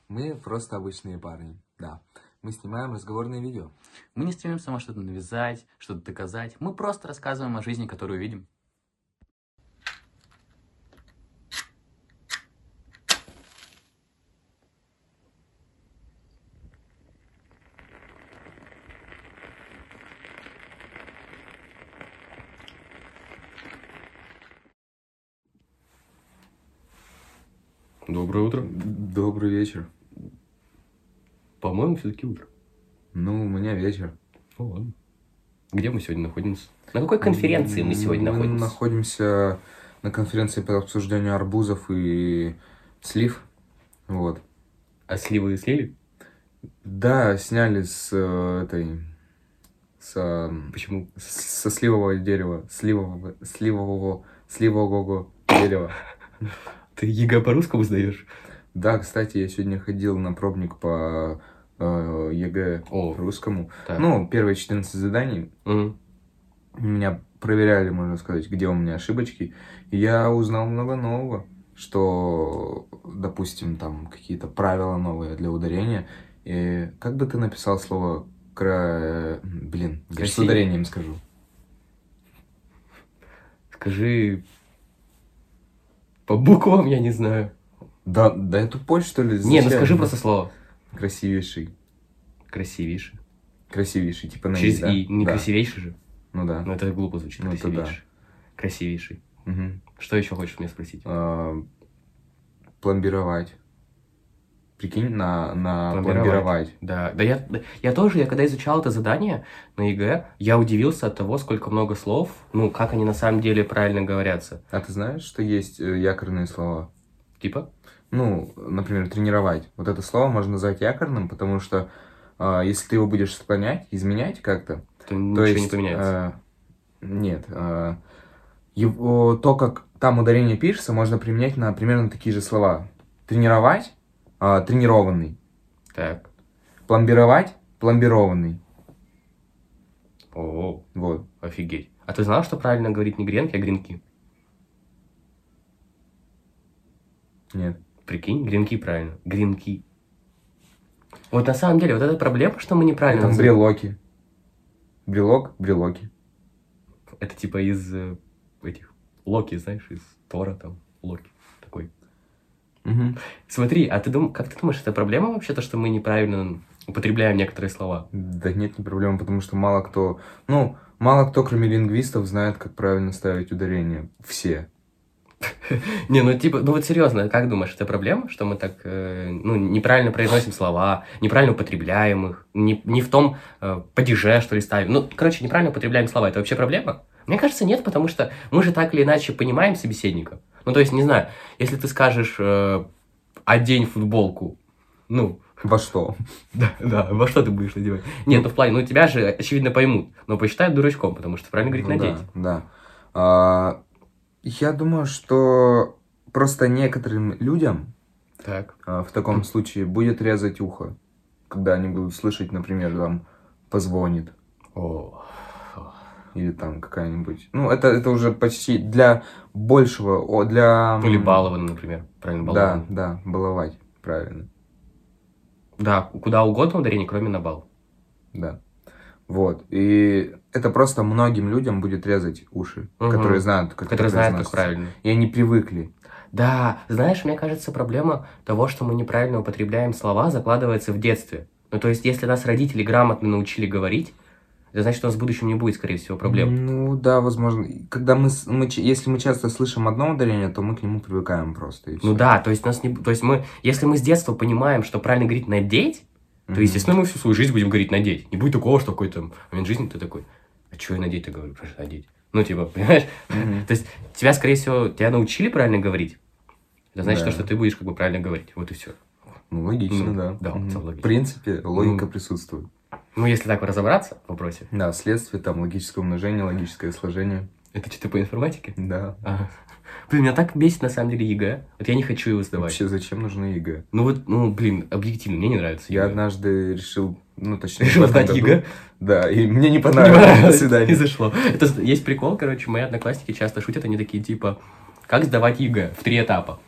Мы просто обычные парни, да. Мы снимаем разговорные видео. Мы не стремимся вам что-то навязать, что-то доказать. Мы просто рассказываем о жизни, которую видим. Доброе утро. Добрый вечер. По-моему, все-таки утро. Ну, у меня вечер. Ну ладно. Где мы сегодня находимся? На какой конференции мы сегодня находимся? Мы находимся на конференции по обсуждению арбузов и слив. Вот. А сливы слили? Да, сняли с Почему? со сливового дерева. Сливового дерева. Ты ЕГЭ по-русскому сдаешь? Да, кстати, я сегодня ходил на пробник по ЕГЭ русскому. Так. Ну, первые 14 заданий. Меня проверяли, можно сказать, где у меня ошибочки. И я узнал много нового, что, допустим, там какие-то правила новые для ударения. И как бы ты написал слово блин, я с ударением скажу. Скажи по буквам, я не знаю. Да я тупой, что ли? Не, ну скажи просто слово. Красивейший. Красивейший. Красивейший, типа на через да? И. Не да. Красивейший же? Ну да. Ну это глупо звучит. Ну, Красивейший. Да. Красивейший. Угу. Что еще хочешь меня спросить? Пломбировать. Прикинь, на пломбировать. Да, я тоже, когда изучал это задание на ЕГЭ, я удивился от того, сколько много слов, ну, как они на самом деле правильно говорятся. А ты знаешь, что есть якорные слова? Типа? Ну, например, тренировать. Вот это слово можно назвать якорным, потому что если ты его будешь склонять, изменять как-то, то ничего не поменяется. Нет. То, как там ударение пишется, можно применять на примерно такие же слова. Тренировать. Тренированный. Так. Пломбировать. Пломбированный. О, вот. Офигеть. А ты знал, что правильно говорить не гренки, а гренки? Нет. Прикинь, гренки правильно. Гренки. Вот на самом деле, вот эта проблема, что мы неправильно Это брелоки. Брелок, брелоки. Это типа из этих Локи, знаешь, из Тора там, Локи такой. Угу. Смотри, а как ты думаешь, это проблема вообще, то, что мы неправильно употребляем некоторые слова? Да нет, не проблема, потому что мало кто, кроме лингвистов, знает, как правильно ставить ударение. Все. Не, ну типа, ну вот серьезно, как думаешь, это проблема, что мы так, неправильно произносим слова, неправильно употребляем их, не в том падеже, что ли, ставим? Ну, короче, неправильно употребляем слова, это вообще проблема? Мне кажется, нет, потому что мы же так или иначе понимаем собеседника. Ну, то есть, не знаю, если ты скажешь «одень футболку», ну... Во что? Да, во что ты будешь надевать? Нет, ну в плане, тебя же, очевидно, поймут, но посчитают дурачком, потому что правильно говорить «надеть». Да. Я думаю, что просто некоторым людям в таком случае будет резать ухо, когда они будут слышать, например, там «позвонит». Или там какая-нибудь... Ну, это уже почти для большего... Или балован, например. Правильно, балован. Да, баловать, правильно. Да, куда угодно ударение, кроме на бал. Да. Вот. И это просто многим людям будет резать уши, которые знают, как правильно. И они привыкли. Да, знаешь, мне кажется, проблема того, что мы неправильно употребляем слова, закладывается в детстве. Ну, то есть, если нас родители грамотно научили говорить, это значит, у нас в будущем не будет, скорее всего, проблем. Ну, да, возможно. Когда если мы часто слышим одно ударение, то мы к нему привыкаем просто. Ну да, то есть, если мы с детства понимаем, что правильно говорить «надеть», то, естественно, мы всю свою жизнь будем говорить «надеть». Не будет такого, что какой-то момент жизни ты такой, а что я надеть-то говорю, просто надеть. Ну, типа, понимаешь? То есть, тебя, скорее всего, научили правильно говорить. Это значит, что ты будешь как бы правильно говорить. Вот и все. Ну, логично, да. Да, логично. В принципе, логика присутствует. Ну, если так разобраться в вопросе. Да, следствие, там, логическое умножение, логическое сложение. Это что-то по информатике? Да. Блин, меня так бесит, на самом деле, ЕГЭ. Вот я не хочу его сдавать. Вообще, зачем нужны ЕГЭ? Объективно, мне не нравится ЕГЭ. Я однажды решил сдать ЕГЭ? Да, и мне не понравилось. До свидания. Не зашло. Есть прикол, короче, мои одноклассники часто шутят, они такие, типа, как сдавать ЕГЭ в 3 этапа.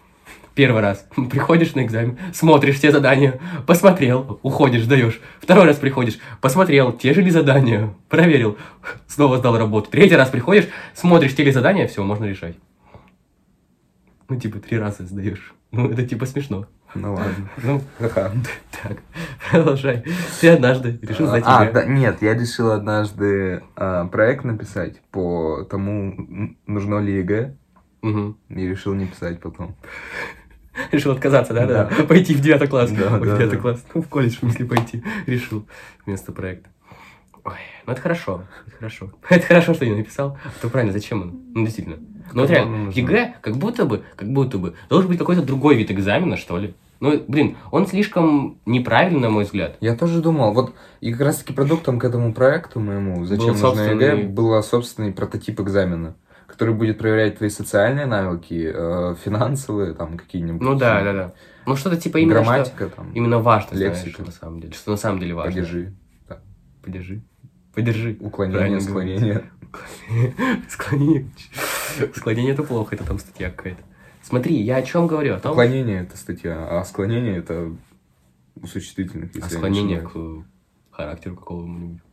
Первый раз приходишь на экзамен, смотришь все задания, посмотрел, уходишь, сдаешь. Второй раз приходишь, посмотрел, те же ли задания, проверил, снова сдал работу. Третий раз приходишь, смотришь те ли задания, все, можно решать. Ну, типа, 3 раза сдаешь. Ну, это типа смешно. Ну ладно. Ну, так, продолжай. Ты однажды решил сдать ЕГЭ. Да, нет, я решил однажды проект написать по тому, нужно ли ЕГЭ, и решил не писать потом. Решил отказаться, да? Да. Пойти в 9 класс. Да, в 9 класс. Ну, в колледж, в смысле, пойти. Решил вместо проекта. Ой, ну это хорошо, это хорошо. Это хорошо, что я написал. То правильно, зачем он? Ну, действительно. Ну, вот реально, ЕГЭ как будто бы должен быть какой-то другой вид экзамена, что ли. Ну, блин, он слишком неправильный, на мой взгляд. Я тоже думал, вот, и как раз-таки продуктом к этому проекту моему, зачем нужно ЕГЭ, был собственный прототип экзамена, который будет проверять твои социальные навыки, финансовые, там, какие-нибудь. Ну, да. Ну, что-то типа именно, грамматика, что там, именно важно, лексика. знаешь, на самом деле. Что на самом деле важно. Подержи. Уклонение, склонение. Склонение это плохо, это там статья какая-то. Смотри, я о чем говорю? Уклонение это статья, а склонение это у существительных. А склонение к характеру какого-нибудь.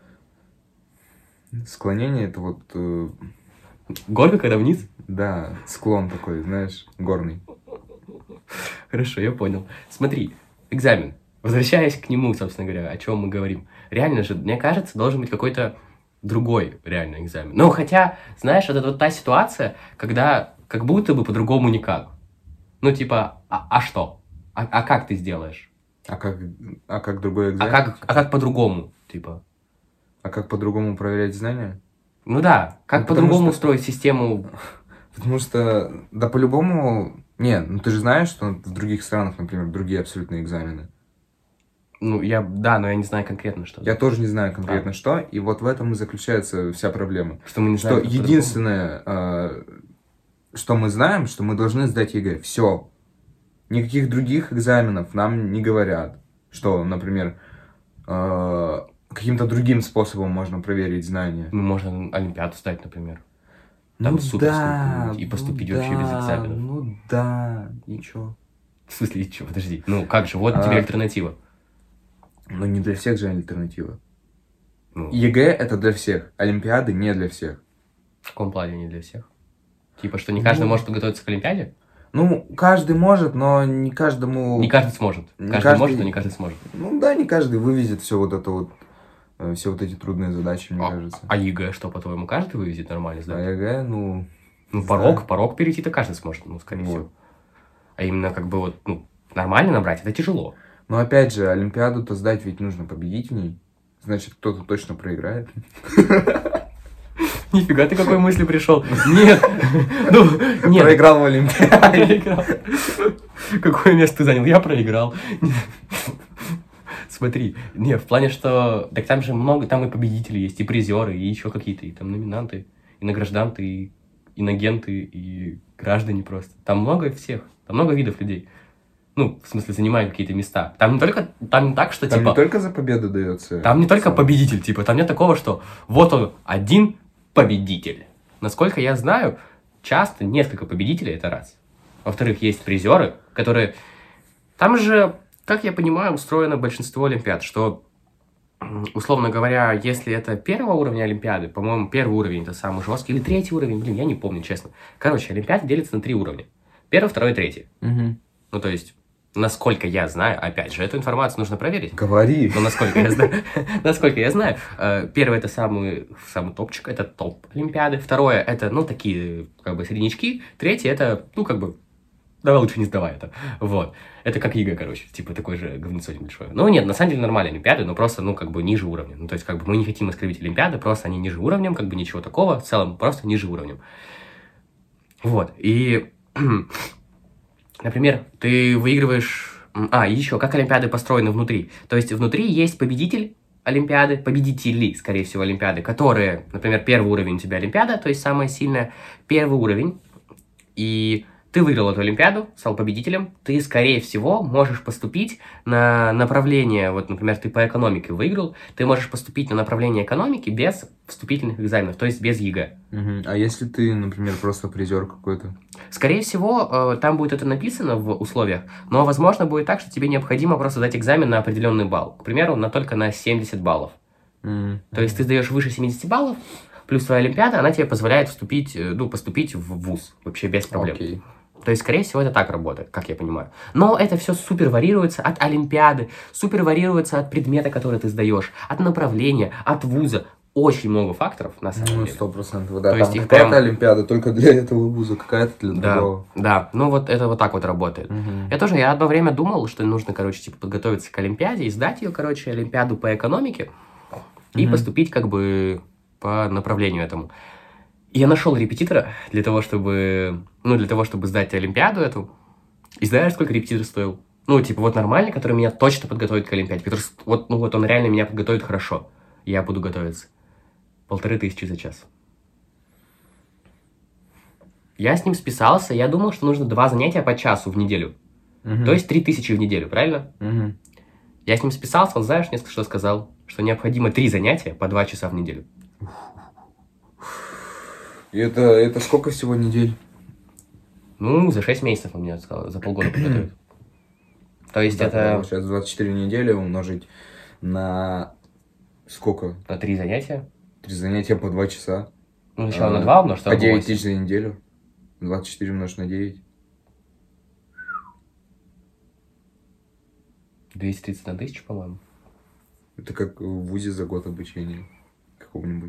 Склонение это вот... Горка, когда вниз? Да, склон такой, знаешь, горный. Хорошо, я понял. Смотри, экзамен. Возвращаясь к нему, собственно говоря, о чем мы говорим. Реально же, мне кажется, должен быть какой-то другой реально экзамен. Ну, хотя, знаешь, это вот та ситуация, когда как будто бы по-другому никак. Ну, типа, а что? А как ты сделаешь? А как другой экзамен? А как по-другому, типа? А как по-другому проверять знания? Ну да, как по-другому устроить систему? Потому что, да, по-любому... Не, ну ты же знаешь, что в других странах, например, другие абсолютные экзамены. Ну, да, но я не знаю конкретно, что. Я тоже не знаю конкретно, что. И вот в этом и заключается вся проблема. Что мы не знаем. Что единственное, что мы знаем, что мы должны сдать ЕГЭ. Все. Никаких других экзаменов нам не говорят. Что, например, каким-то другим способом можно проверить знания. Ну, можно Олимпиаду сдать, например. Там и поступить вообще без экзаменов. Ну да, ничего. В смысле, ничего, подожди. Ну, как же, вот тебе альтернатива. Но не для всех же альтернатива. Ну, ЕГЭ это для всех, Олимпиады не для всех. В каком плане не для всех? Типа, что не каждый может подготовиться к Олимпиаде? Ну, каждый может, но не каждому... Не каждый сможет. Каждый может, но не каждый сможет. Ну да, не каждый вывезет все вот это вот, все вот эти трудные задачи, мне кажется. А ЕГЭ что, по-твоему, каждый вывезет нормально сдать? А ЕГЭ, ну... Ну, порог перейти-то каждый сможет, ну, скорее всего. А именно, как бы вот, ну, нормально набрать, это тяжело. Но опять же, Олимпиаду-то сдать ведь нужно победить в ней. Значит, кто-то точно проиграет. Нифига ты какой мысли пришел. Нет. Ну, нет. Проиграл в Олимпиаде. Какое место ты занял? Я проиграл. Смотри, не, в плане, что... Так там же много, там и победители есть, и призеры, и еще какие-то, и там номинанты, и награжданты, и инагенты, и граждане просто. Там много всех, там много видов людей. Ну, в смысле, занимают какие-то места. Там не так, что там типа... не только за победу дается. Там не только победитель, типа, там нет такого, что вот он один победитель. Насколько я знаю, часто несколько победителей, это раз. Во-вторых, есть призеры, которые... Там же, как я понимаю, устроено большинство олимпиад, что, условно говоря, если это первого уровня олимпиады, по-моему, первый уровень это самый жесткий, или третий уровень, блин, я не помню, честно. Короче, олимпиада делится на 3 уровня. Первый, второй, третий. Угу. Ну, то есть... Насколько я знаю, опять же, эту информацию нужно проверить. Говори. Но насколько я знаю, первое это самый топчик, это топ Олимпиады. Второе это, ну, такие, как бы, среднячки. Третье это, ну, как бы, давай лучше не сдавай это. Вот. Это как ЕГЭ, короче, типа такой же говнецо небольшое. Ну, нет, на самом деле нормальные Олимпиады, но просто, ну, как бы, ниже уровня. Ну, то есть, как бы, мы не хотим оскорбить Олимпиады, просто они ниже уровнем, как бы, ничего такого, в целом, просто ниже уровнем. Вот. И... Например, ты выигрываешь... еще, как Олимпиады построены внутри. То есть, внутри есть победитель Олимпиады, победители, скорее всего, Олимпиады, которые, например, первый уровень у тебя Олимпиада, то есть, самая сильная, первый уровень, и ты выиграл эту Олимпиаду, стал победителем, ты, скорее всего, можешь поступить на направление, вот, например, ты по экономике выиграл, ты можешь поступить на направление экономики без вступительных экзаменов, то есть без ЕГЭ. А если ты, например, просто призер какой-то? Скорее всего, там будет это написано в условиях, но, возможно, будет так, что тебе необходимо просто сдать экзамен на определенный балл. К примеру, только на 70 баллов. То есть ты сдаешь выше 70 баллов, плюс твоя Олимпиада, она тебе позволяет поступить в вуз вообще без проблем. Окей. То есть, скорее всего, это так работает, как я понимаю. Но это все супер варьируется от Олимпиады, супер варьируется от предмета, который ты сдаешь, от направления, от вуза. Очень много факторов, на самом деле. 100%. Да, то там какая-то Олимпиада только для этого вуза, какая-то для другого. Да, ну вот это вот так вот работает. Я одно время думал, что нужно, подготовиться к Олимпиаде и сдать ее, Олимпиаду по экономике и поступить по направлению этому. И я нашел репетитора для того, чтобы сдать Олимпиаду эту. И знаешь, сколько репетитор стоил? Нормальный, который меня точно подготовит к Олимпиаде. Который, он реально меня подготовит хорошо. Я буду готовиться. 1500 за час. Я с ним списался, я думал, что нужно 2 занятия по часу в неделю. То есть 3000 в неделю, правильно? Я с ним списался, он, знаешь, мне что сказал? Что необходимо 3 занятия по 2 часа в неделю. И это сколько всего недель? За 6 месяцев он мне сказал, за полгода подготовит. То есть это... Сейчас 24 недели умножить на сколько? На 3 занятия. 3 занятия по 2 часа. Сначала на 2 умножить, по 9 тысяч за неделю. 24 умножить на 9. 230 на 1000, по-моему. Это как в ВУЗе за год обучения какого-нибудь.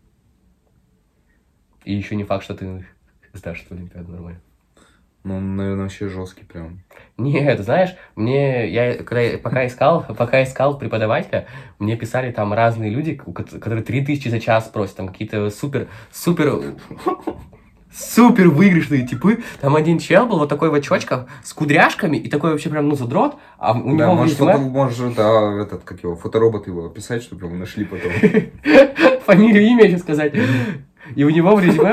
И еще не факт, что ты сдашь эту Олимпиаду нормально. Он, наверное, вообще жесткий прям. Нет, знаешь, пока искал преподавателя, мне писали там разные люди, которые 3000 за час просят, там какие-то супер выигрышные типы. Там один чел был вот такой в очочках, с кудряшками, и такой вообще прям, задрот, а у него в резюме... фоторобот его описать, чтобы его нашли потом. Фамилию, имя еще сказать. И у него в резюме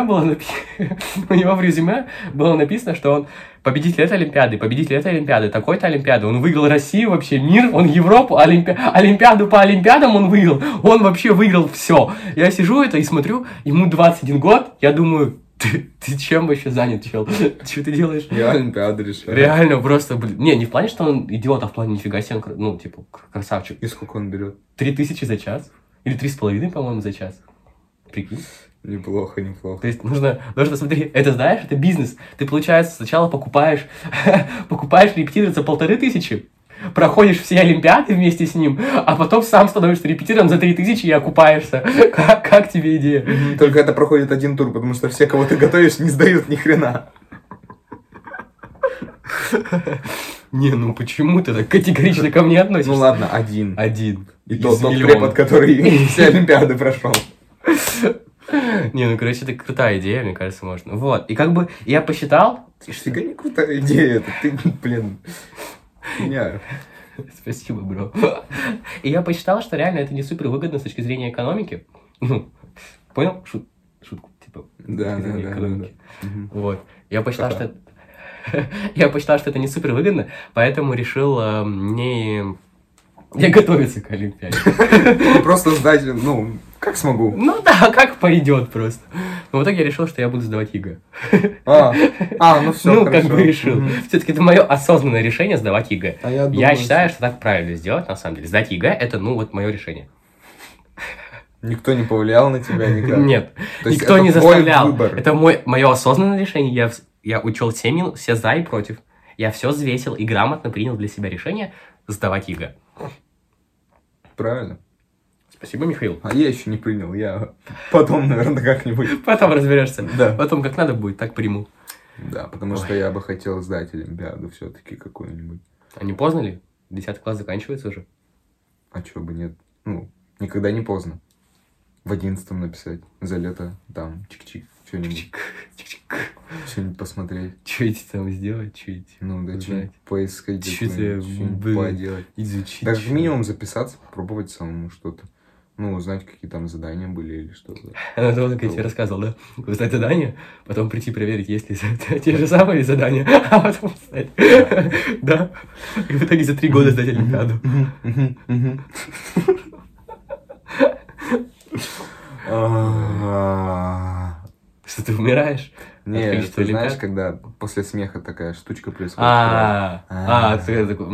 было написано, что он победитель этой Олимпиады, такой-то Олимпиады. Он выиграл Россию, вообще мир, он Европу, Олимпиаду по Олимпиадам он выиграл. Он вообще выиграл все. Я сижу и смотрю, ему 21 год, я думаю... Ты чем вообще занят, чел? Что ты делаешь? Я Олимпиаду решаю. Реально, просто, не в плане, что он идиот, а в плане нифига себе, он, красавчик. И сколько он берет? 3000 за час? Или 3,5, по-моему, за час. Прикинь? Неплохо. То есть нужно, смотри, это знаешь, это бизнес. Ты, получается, сначала покупаешь репетитор за 1500, проходишь все Олимпиады вместе с ним, а потом сам становишься репетитором за 3000 и окупаешься. Как тебе идея? Только это проходит один тур, потому что все, кого ты готовишь, не сдают ни хрена. Почему ты так категорично ко мне относишься? Ну ладно, один. И тот препод, который все Олимпиады прошел. Это крутая идея, мне кажется, можно. Вот, и я посчитал... Фига не крутая идея, это ты, Меня. Спасибо, бро. И я посчитал, что реально это не супер выгодно с точки зрения экономики. Понял? Шутку, Да. Вот. Я посчитал, что это не супер выгодно, поэтому решил не готовиться к Олимпиаде. Просто сдать, как смогу. Как пойдет просто. Но в итоге я решил, что я буду сдавать ЕГЭ. Все, хорошо. Решил. Все-таки это мое осознанное решение сдавать ЕГЭ. Я считаю, что так правильно сделать, на самом деле. Сдать ЕГЭ, это, мое решение. Никто не повлиял на тебя никак? Нет, никто не заставлял. Это мое осознанное решение. Я учел все за и против. Я все взвесил и грамотно принял для себя решение сдавать ЕГЭ. Правильно. Спасибо, Михаил. А я еще не принял, я потом, наверное, как-нибудь. Потом разберешься. Да. Потом как надо будет, так приму. Да, потому что я бы хотел сдать Олимпиаду все-таки какую-нибудь. А не поздно ли? 10 класс заканчивается уже. А чё бы нет? Никогда не поздно. В 11-м написать. За лето там чик-чик. Что-нибудь. Что-нибудь посмотреть. Что эти там сделать? Что-нибудь поискать. Что-нибудь поделать. изучить. Да как минимум записаться, попробовать самому что-то. Ну, узнать, какие там задания были или что-то. Ну, это вот, как я тебе рассказывал, да? Узнать задание, потом прийти проверить, есть ли те же самые задания, а потом сдать. Да. И в итоге за 3 года сдать Олимпиаду. Что ты умираешь? Не, ты знаешь, когда после смеха такая штучка происходит. Ты такой...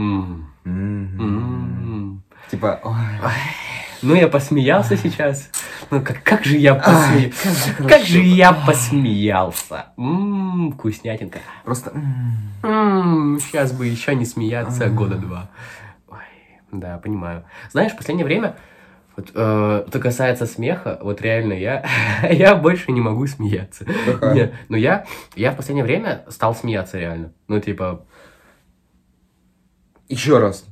Типа... Ну, я посмеялся сейчас. Ну, как же я посмеялся. Как же я посмеялся. Вкуснятинка. Просто... Сейчас бы еще не смеяться года 2. Ой, да, понимаю. Знаешь, в последнее время, вот, что касается смеха, вот реально я больше не могу смеяться. Нет, но я в последнее время стал смеяться реально. Ну, типа... Еще раз.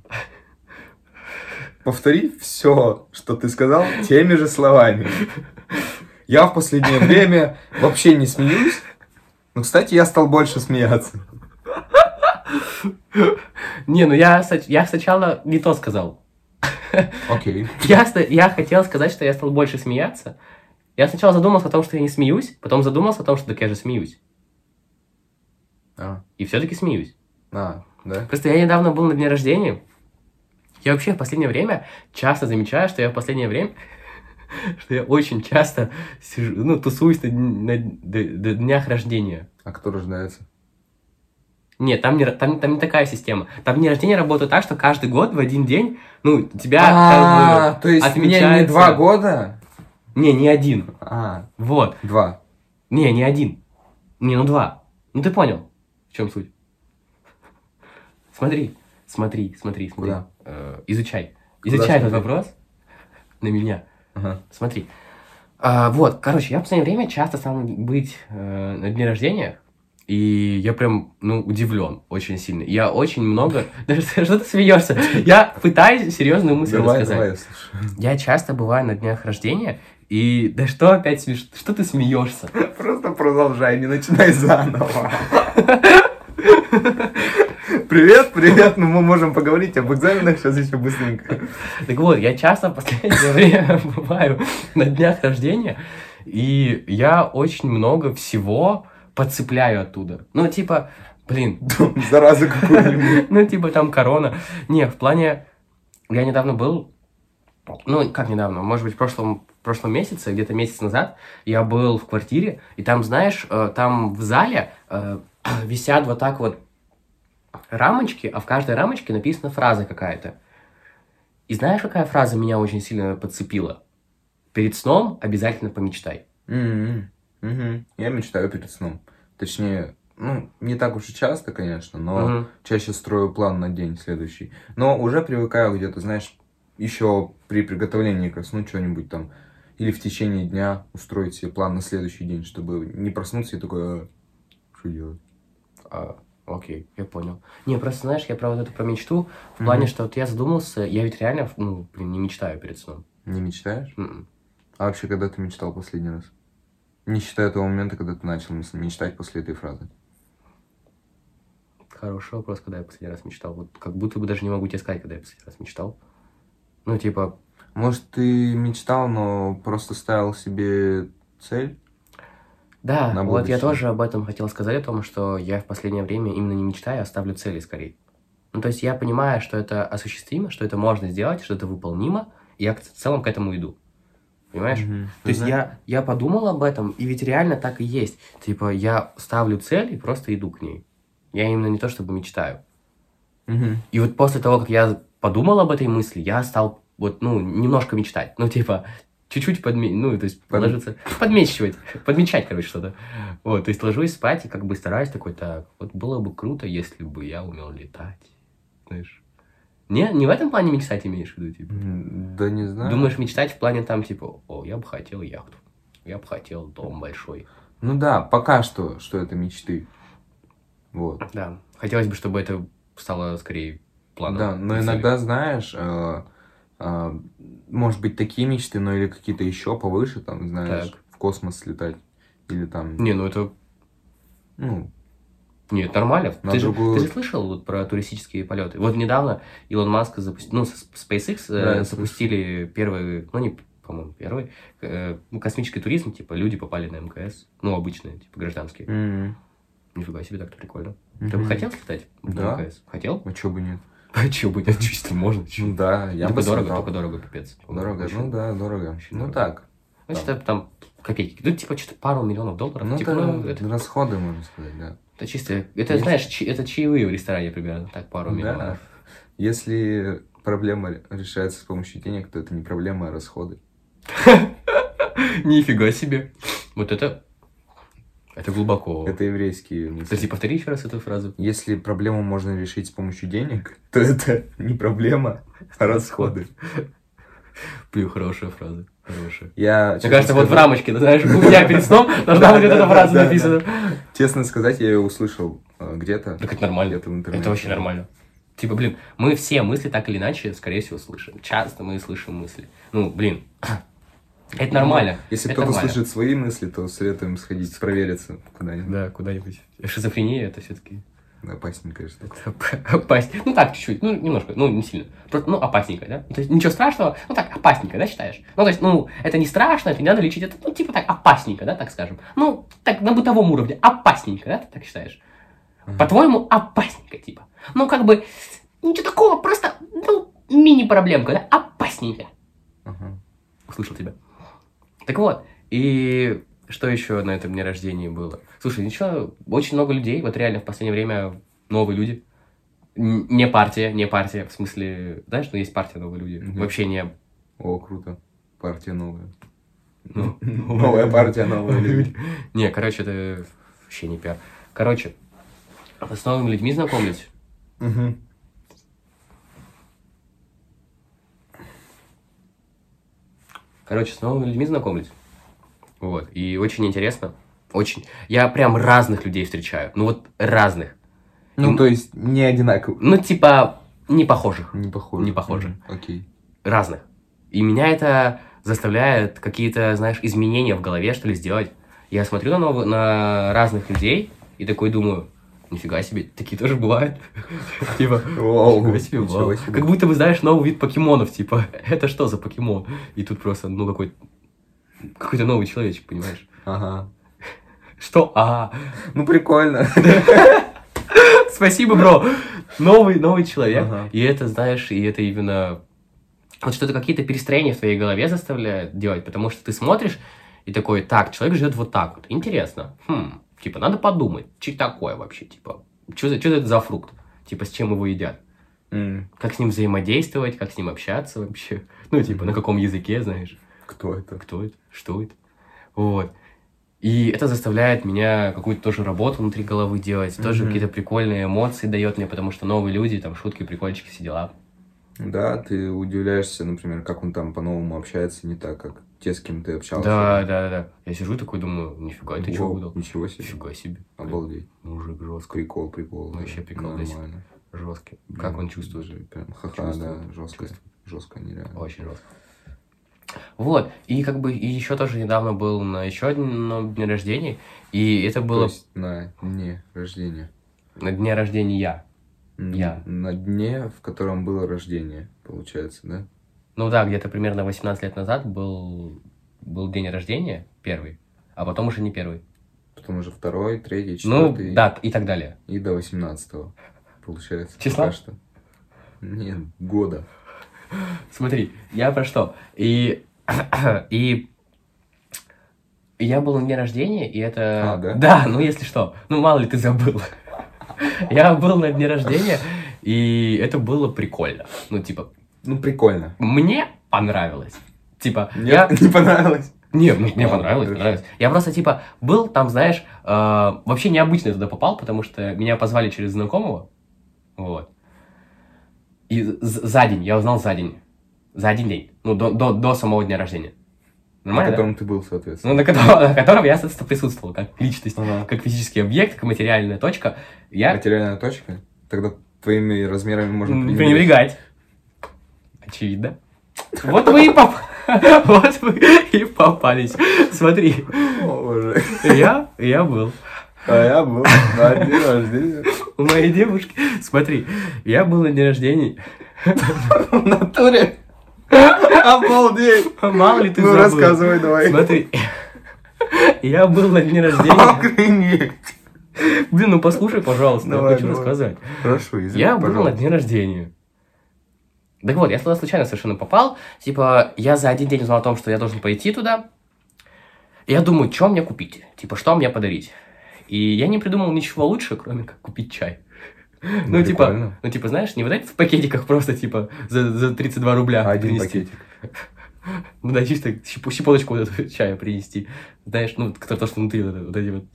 Повтори все, что ты сказал, теми же словами. Я в последнее время вообще не смеюсь. Но, кстати, я стал больше смеяться. Не, ну я сначала не то сказал. Окей. Я хотел сказать, что я стал больше смеяться. Я сначала задумался о том, что я не смеюсь, потом задумался о том, что так я же смеюсь. И все-таки смеюсь. Да? Просто я недавно был на дне рождения. Я вообще в последнее время часто замечаю, что я в последнее время, что я очень часто сижу, ну, тусуюсь на днях рождения. А кто рождается? Нет, там не такая система. Там дни рождения работают так, что каждый год в один день, ну, тебя как бы то есть отмечается... мне не 2 года? Не один. Вот. 2. Не один. Не, ну 2. Ну ты понял, в чем суть. Смотри. Куда? Изучай этот вопрос на меня. Смотри. Вот, короче, я в последнее время часто стал быть на дне рождения, и я прям, удивлен очень сильно. Я очень много... Даже что ты смеешься? Я пытаюсь серьезную мысль рассказать. Давай, я слушаю. Я часто бываю на днях рождения, и... Да что опять смешно? Что ты смеешься? Просто продолжай, не начинай заново. Привет, ну мы можем поговорить об экзаменах сейчас еще быстренько. Так вот, я часто в последнее время бываю на днях рождения, и я очень много всего подцепляю оттуда. Ну, типа, блин. Зараза какую-нибудь. Ну, типа, там корона. Не, в плане, я недавно был, ну, как недавно, может быть, в прошлом месяце, где-то месяц назад, я был в квартире, и там, знаешь, там в зале висят вот так вот рамочки, а в каждой рамочке написана фраза какая-то. И знаешь, какая фраза меня очень сильно подцепила? Перед сном обязательно помечтай. Я мечтаю перед сном. Точнее, не так уж и часто, конечно, но чаще строю план на день следующий. Но уже привыкаю где-то, знаешь, еще при приготовлении ко сну что-нибудь там, или в течение дня устроить себе план на следующий день, чтобы не проснуться и такой, что делать? Окей, я понял. Не, просто, знаешь, я про вот это про мечту, в плане, что вот я задумался, я ведь реально, не мечтаю перед сном. Не мечтаешь? А вообще, когда ты мечтал последний раз? Не считая того момента, когда ты начал мечтать после этой фразы. Хороший вопрос, когда я последний раз мечтал. Вот как будто бы даже не могу тебе сказать, когда я последний раз мечтал. Ну, типа... Может, ты мечтал, но просто ставил себе цель? Да, вот я тоже об этом хотел сказать, о том, что я в последнее время именно не мечтаю, а ставлю цели скорее. Ну, то есть я понимаю, что это осуществимо, что это можно сделать, что это выполнимо, и я в целом к этому иду. Понимаешь? То есть я подумал об этом, и ведь реально так и есть. Типа, я ставлю цель и просто иду к ней. Я именно не то, чтобы мечтаю. И вот после того, как я подумал об этой мысли, я стал вот, немножко мечтать. Ну, типа... Чуть-чуть подмечать, короче, что-то. Вот, то есть ложусь спать и как бы стараюсь такой, так, вот было бы круто, если бы я умел летать, знаешь. Не в этом плане мечтать имеешь в виду, типа? Да не знаю. Думаешь, мечтать в плане там, типа, я бы хотел яхту, я бы хотел дом большой. Ну да, пока что это мечты. Вот. Да, хотелось бы, чтобы это стало скорее планом. Да, но иногда, знаешь... может быть, такие мечты, но или какие-то еще повыше, там, знаешь, в космос слетать. Или там... Не, это... Нет, нормально. Ты же слышал вот про туристические полеты? Вот недавно Илон Маск SpaceX запустили первые, по-моему, первый. Ну, космический туризм, типа, люди попали на МКС. Ну, обычные, типа, гражданские. Нифига себе, так-то прикольно. Ты бы хотел слетать на МКС? Хотел? А чё бы нет? А чё бы нет? Чисто можно. Ну да, я только бы дорого, слетал. только дорого, пипец. Дорого, Очень. ну да, дорого. Очень Ну дорого. так. Ну, что там копейки. Ну, типа, что-то пару миллионов долларов. Ну, типа, это расходы, можно сказать, да. это чисто... Это, знаешь, это чаевые в ресторане примерно. Так, пару Да. миллионов. Если проблема решается с помощью денег, то это не проблема, а расходы. Нифига себе. Вот это... Это глубоко. Это еврейские мысли. Подожди, повтори еще раз эту фразу. Если проблему можно решить с помощью денег, то это не проблема, а расходы. Блин, хорошая фраза. Хорошая. Мне кажется, вот в рамочке, ты знаешь, у меня перед сном должна быть вот эта фраза написана. Честно сказать, я ее услышал где-то. Так это нормально. Где-то в интернете. Это вообще нормально. Типа, блин, мы все мысли так или иначе, скорее всего, слышим. Часто мы слышим мысли. Ну, блин, это нормально. Если это кто-то нормально. слышит свои мысли, то советуем сходить провериться куда-нибудь. Да, куда-нибудь. Шизофрения это все-таки Опасненькая штука. опасненько. Ну так, чуть-чуть, ну немножко, ну не сильно. Просто, ну, опасненько, да? То есть ничего страшного, ну так, опасненько, да, считаешь? Ну, то есть, ну, это не страшно, это не надо лечить, это, ну, типа так, опасненько, да, так скажем. Ну, так, на бытовом уровне, опасненько, да, ты так считаешь? По-твоему, опасненько, типа. Ну, как бы, ничего такого, просто, ну, мини-проблемка, да, опасненько. Услышал тебя. Так вот, и что еще на этом дне рождения было? Слушай, ничего, очень много людей, вот реально в последнее время новые люди. Не партия, в смысле, знаешь, ну есть партия новые люди. Вообще не... О, круто. Партия новая. Ну, Новая партия, новые люди. Не, короче, это вообще не пиар. Короче, с новыми людьми знакомлюсь. Короче, с новыми людьми знакомлюсь. Вот. И очень интересно. Очень. Я прям разных людей встречаю. Ну вот разных. Ну, то есть не одинаковых. Ну, типа, не похожих. Не похоже. Не похожих. Окей. Разных. И меня это заставляет какие-то, знаешь, изменения в голове, что ли, сделать. Я смотрю на разных людей и такой думаю, нифига себе, такие тоже бывают. Типа, нифига себе, вау. Как будто бы, знаешь, новый вид покемонов, типа, это что за покемон? И тут просто, ну, какой-то новый человечек, понимаешь? Ага. Что? Ага. Ну, прикольно. Спасибо, бро. Новый человек. Ага. И это, знаешь, и это именно... Вот что-то какие-то перестроения в твоей голове заставляет делать, потому что ты смотришь и такой, так, человек живет вот так вот. Интересно. Типа, надо подумать, что такое вообще, типа, что это за фрукт? Типа, с чем его едят? Как с ним взаимодействовать, как с ним общаться вообще? Ну, типа, на каком языке, знаешь? Кто это? Кто это? Что это? Вот. И это заставляет меня какую-то тоже работу внутри головы делать, тоже какие-то прикольные эмоции дает мне, потому что новые люди, там, шутки, прикольчики, все дела. Да, ты удивляешься, например, как он там по-новому общается, не так, как те, с кем ты общался. Да. Я сижу такой, думаю, нифига, ты чего выдал? Ничего себе. Нифига себе. Обалдеть. Мужик жестко. Прикол. Вообще прикол, да. Нормально. Жесткий. Как он чувствует? Даже прям ха-ха, да, жестко, нереально. Очень жестко. Вот, и как бы, и еще тоже недавно был на еще одном дне рождения, и это было... То есть на дне рождения. На дне рождения я. На дне, в котором было рождение, получается, да? Ну да, где-то примерно 18 лет назад был день рождения, первый, а потом уже не первый. Потом уже второй, третий, Ну, четвертый. да, и так далее. И до 18-го, получается. Числа? Пока что. Нет, года. Смотри, я про что? И я был на дне рождения, и это... Да? Да, ну если что. Ну, мало ли ты забыл. Я был на дне рождения, и это было прикольно. Ну, типа... Ну, прикольно. Мне понравилось. Типа, Нет, не понравилось? Нет, мне понравилось. Я просто, типа, был там, знаешь, вообще необычно туда попал, потому что меня позвали через знакомого. Вот. И за день, я узнал за день. За один день. Ну, до самого дня рождения. Нормально, на котором ты был, соответственно. Ну, на котором я, соответственно, присутствовал, как личность, Ага. как физический объект, как материальная точка. Материальная точка? Тогда твоими размерами можно пренебрегать. Очевидно. Вот вы и попались. Смотри. О, боже. Я был. А я был на дне рождения. У моей девушки. Смотри, я был на дне рождения. В натуре? Обалдеть! Мало ли ты Ну, забыл. рассказывай давай. Смотри, я был на дне рождения. Охренеть! Блин, ну послушай, пожалуйста, Давай, я хочу давай. рассказать. Хорошо, извини, Я был на пожалуйста. дне рождения. Так вот, я туда случайно совершенно попал. Типа, я за один день узнал о том, что я должен пойти туда. И я думаю, что мне купить? Типа, что мне подарить? И я не придумал ничего лучше, кроме как купить чай. Ну, прикольно. типа, знаешь, не вот эти в пакетиках просто, типа, за 32 рубля Один принести. пакетик. Ну да, чисто щепоточку вот этого чая принести. Знаешь, ну, то, что внутри вот эти вот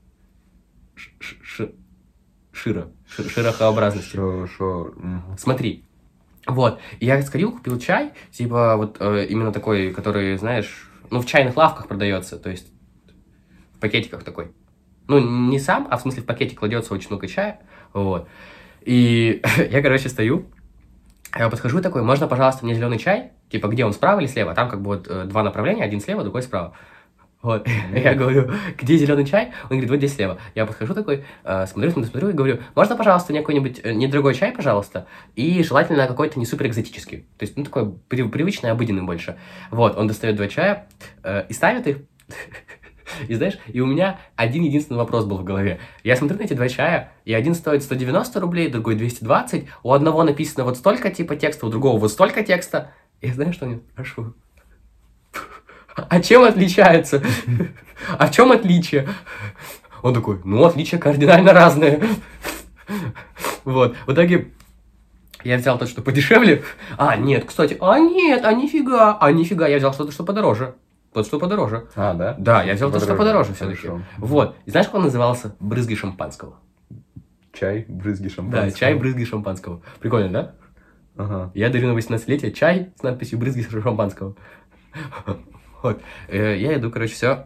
шерохообразности. Смотри. Вот, и я сходил, купил чай, типа, вот именно такой, который, знаешь, ну, в чайных лавках продается, то есть в пакетиках такой. Ну, не сам, а в смысле в пакетик кладется очень много чая, вот. И я, короче, стою, я подхожу такой, можно, пожалуйста, мне зеленый чай? Типа, где он, справа или слева? Там как бы вот два направления, один слева, другой справа. Вот, я говорю, где зеленый чай? Он говорит, вот здесь слева. Я подхожу такой, смотрю и говорю, можно, пожалуйста, мне какой-нибудь недорогой чай, пожалуйста, и желательно какой-то не супер экзотический. То есть, ну, такой привычный, обыденный больше. Вот, он достает два чая и ставит их. И знаешь, и у меня один единственный вопрос был в голове. Я смотрю на эти два чая, и один стоит 190 рублей, другой 220. У одного написано вот столько типа текста, у другого вот столько текста. И знаешь, что я спрашиваю? А чем отличается? А в чем отличие? Он такой, ну, отличия кардинально разные. Вот, в итоге я взял то, что подешевле. А, нет, кстати, нифига, я взял что-то, что подороже. Тот, что подороже. А, да? Да, я взял то, что подороже все-таки. Хорошо. Вот, и знаешь, как он назывался? Брызги шампанского. Чай, брызги шампанского. Да, чай, брызги шампанского. Прикольно, да? Ага. Я дарю на 18-летие чай с надписью «Брызги шампанского». Вот. Я иду, короче, все.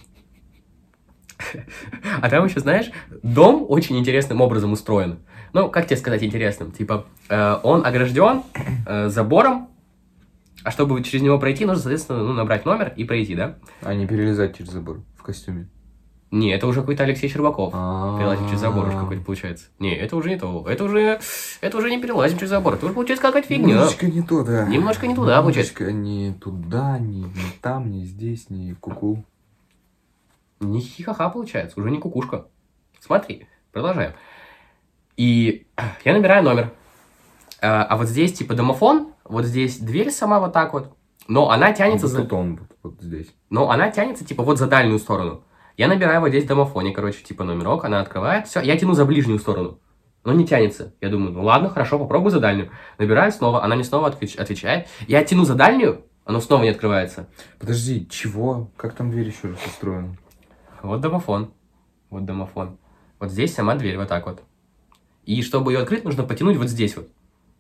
А там еще, знаешь, дом очень интересным образом устроен. Ну, как тебе сказать интересным? Типа, он огражден забором, а чтобы через него пройти, нужно, соответственно, ну, набрать номер и пройти, да? А не перелезать через забор в костюме? Не, это уже какой-то Алексей Щербаков. Перелазим через забор уже какой-то получается. Не, это уже не то. Это уже не перелазим через забор. Это уже получается какая-то фигня. Немножечко не то, да. Немножко не туда, получается. Немножечко не туда, не там, не здесь, не куку. Не хихаха получается, уже не кукушка. Смотри, продолжаем. И я набираю номер. А вот здесь типа домофон, вот здесь дверь сама вот так вот. Но она тянется за... Тут он вот здесь. Но она тянется типа вот за дальнюю сторону. Я набираю вот здесь в домофоне, короче, типа номерок, она открывает, все, я тяну за ближнюю сторону. Но не тянется. Я думаю, ну ладно, хорошо, попробую за дальнюю. Набираю снова, она мне снова отвечает. Я тяну за дальнюю, оно снова не открывается. Подожди, чего? Как там дверь еще раз устроена? Вот домофон. Вот домофон. Вот здесь сама дверь, вот так вот. И чтобы ее открыть, нужно потянуть вот здесь вот.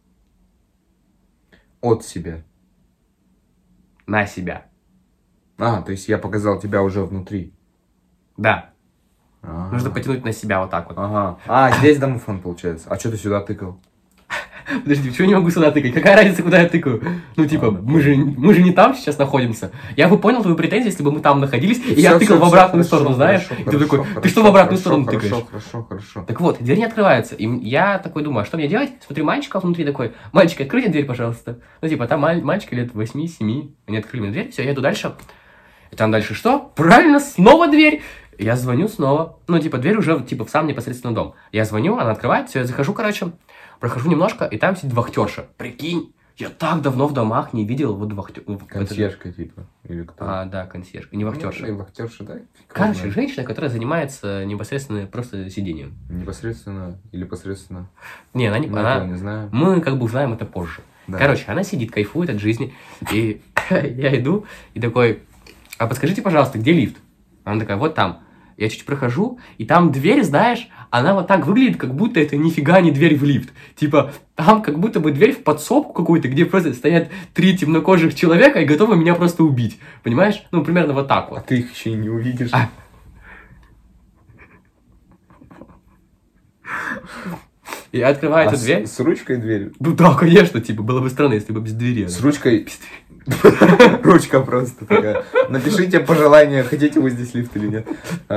От себя. На себя. А, то есть я показал тебя уже внутри. Да. А-а-а. Нужно потянуть на себя вот так вот. Ага. А, здесь домофон получается. А что ты сюда тыкал? Подожди, почему я не могу сюда тыкать? Какая разница, куда я тыкаю? Ну, типа, мы же не там сейчас находимся. Я бы понял твою претензию, если бы мы там находились, и я тыкал в обратную сторону, знаешь? И ты такой, ты что в обратную сторону тыкаешь? Хорошо. Так вот, дверь не открывается. И я такой думаю, а что мне делать? Смотрю, мальчика внутри такой, мальчик, откройте дверь, пожалуйста. Ну, типа, там мальчик лет 8-7. Они открыли мне дверь, все, я иду дальше. И там дальше что? Правильно, снова дверь. Я звоню снова. Ну, типа, дверь уже, типа, в сам непосредственно дом. Я звоню, она открывает, все, я захожу, короче, прохожу немножко, и там сидит вахтерша. Прикинь, я так давно в домах не видел вот вахтерша. Консьержка, типа, или кто? А, да, консьержка, не вахтерша. Ну, вахтерша, да? Короче, женщина, которая занимается непосредственно просто сидением. Непосредственно или посредственно? Не, она не... Мы этого не знаем. Мы как бы узнаем это позже. Да. Короче, она сидит, кайфует от жизни, и я иду, и такой, а подскажите, пожалуйста, где лифт? Она такая, вот там. Я чуть прохожу, и там дверь, знаешь, она вот так выглядит, как будто это нифига не дверь в лифт. Типа, там как будто бы дверь в подсобку какую-то, где просто стоят 3 темнокожих человека и готовы меня просто убить. Понимаешь? Ну, примерно вот так вот. А ты их еще и не увидишь. Я открываю эту дверь. С ручкой дверь? Ну да, конечно, типа, было бы странно, если бы без двери. С ручкой... Ручка просто такая. Напишите пожелание, хотите вы здесь лифт или нет.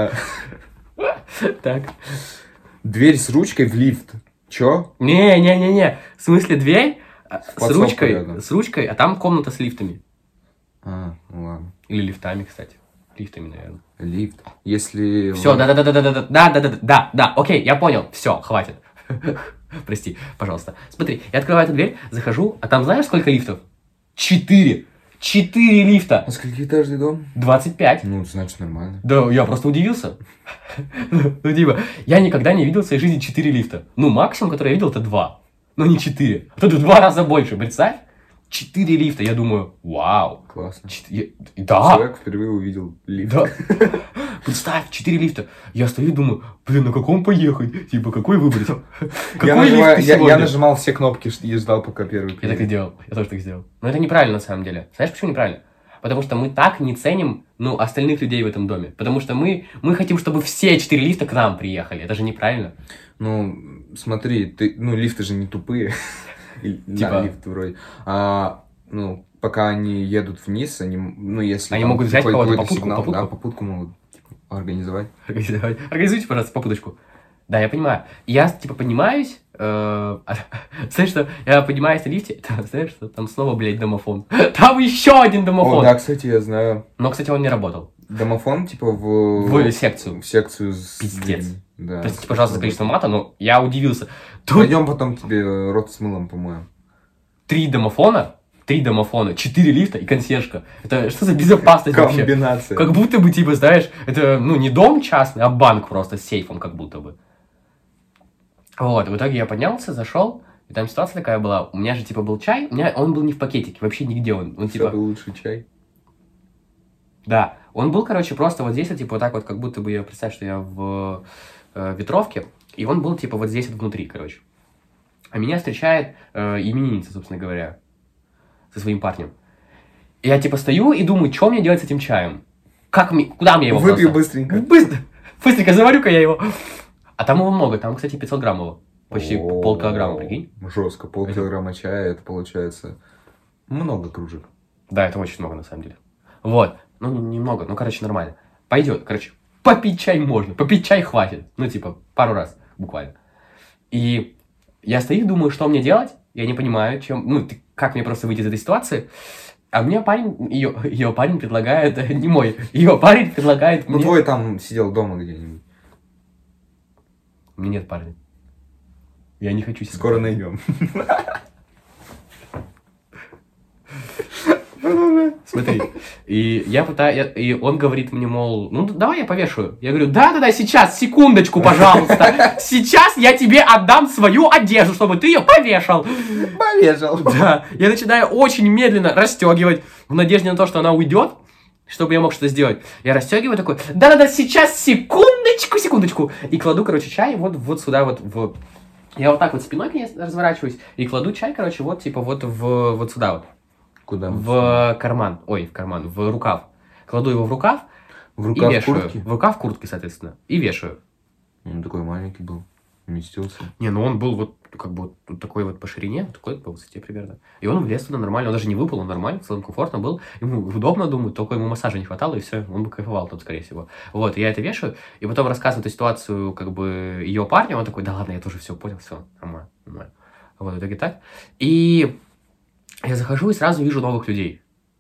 Так. Дверь с ручкой в лифт. Чё? Не. В смысле, дверь С ручкой, а там комната с лифтами. Ну ладно. Или лифтами, кстати. Лифтами, наверное. Лифт. Если... Все, да, окей, я понял. Все, хватит. Прости, пожалуйста. Смотри, я открываю эту дверь, захожу, а там знаешь, сколько лифтов? 4. 4 лифта. А сколькоэтажный дом? 25. Ну, значит, нормально. Да, я просто удивился. Ну, типа, я никогда не видел в своей жизни 4 лифта. Ну, максимум, который я видел, это 2. Но не 4. А тут в 2 раза больше, представь. 4 лифта, я думаю, вау. Классно. Да. Человек впервые увидел лифт. Да. Представь, 4 лифта. Я стою и думаю, блин, на каком поехать? Типа, какой выбрать? Я нажимал все кнопки и ждал, пока первый. Я так и делал. Я тоже так сделал. Но это неправильно, на самом деле. Знаешь, почему неправильно? Потому что мы так не ценим, ну, остальных людей в этом доме. Потому что мы хотим, чтобы все 4 лифта к нам приехали. Это же неправильно. Ну, смотри, лифты же не тупые. Типа... лифты вроде. Пока они едут вниз, если... Они могут взять кого-то попутку могут организовать. Организуйте, пожалуйста, попуточку. Да, я понимаю. Я, поднимаюсь, знаешь, что я поднимаюсь на лифте, знаешь, что там снова, блядь, домофон. Там еще один домофон. О, да, кстати, я знаю. Но, кстати, он не работал. Домофон, в секцию. В секцию с... Пиздец. Да. Простите, пожалуйста, за количество мата, но я удивился. Пойдем потом тебе рот с мылом помоем. 3 домофона, 4 лифта и консьержка. Это что за безопасность вообще? Комбинация. Как будто бы, знаешь, это, не дом частный, а банк просто с сейфом, как будто бы. Вот, в итоге я поднялся, зашел, и там ситуация такая была. У меня же, был чай, он был не в пакетике, вообще нигде он. Все был лучший чай. Да, он был, просто вот здесь, вот так вот, как будто бы, я представь, что я в ветровке, и он был, вот здесь вот внутри, А меня встречает именинница, собственно говоря, со своим парнем. И я, стою и думаю, что мне делать с этим чаем? Куда мне его Выпью быстренько. Быстренько заварю-ка я его. А там его много, там, кстати, 500 грамм его. Почти полкилограмма, прикинь. Жестко, полкилограмма чая, это получается много кружек. Да, это очень много, на самом деле. Вот, немного, нормально. Пойдет, попить чай можно, попить чай хватит. Пару раз, буквально. И я стою и думаю, что мне делать, я не понимаю, как мне просто выйти из этой ситуации. А мне ее парень предлагает, не мой, ее парень предлагает мне... твой там сидел дома где-нибудь. У меня нет парня. Я не хочу себе. Скоро найдем. Смотри, и он говорит мне, мол, давай я повешаю. Я говорю, да, сейчас, секундочку, пожалуйста. Сейчас я тебе отдам свою одежду, чтобы ты ее повешал. Повешал. Да, я начинаю очень медленно расстегивать, в надежде на то, что она уйдет, чтобы я мог что-то сделать. Я расстегиваю такой, да, сейчас, секундочку. И кладу, чай вот сюда, в... Я вот так вот спиной, конечно, разворачиваюсь, и кладу чай, вот сюда вот. Куда? В карман. Ой, в карман, в рукав. Кладу его в рукав. В рукав и вешаю. куртки? В рукав куртки, соответственно. И вешаю. Он такой маленький был. Уместился. Не, он был вот такой вот по ширине, такой по высоте примерно. И он влез туда нормально. Он даже не выпал, он нормально, в целом комфортно был. Ему удобно, думаю, только ему массажа не хватало, и все, он бы кайфовал там, скорее всего. Вот, я это вешаю, и потом рассказываю эту ситуацию, ее парню, он такой, да ладно, я тоже все понял, все, нормально. Вот, в итоге так. И я захожу и сразу вижу новых людей.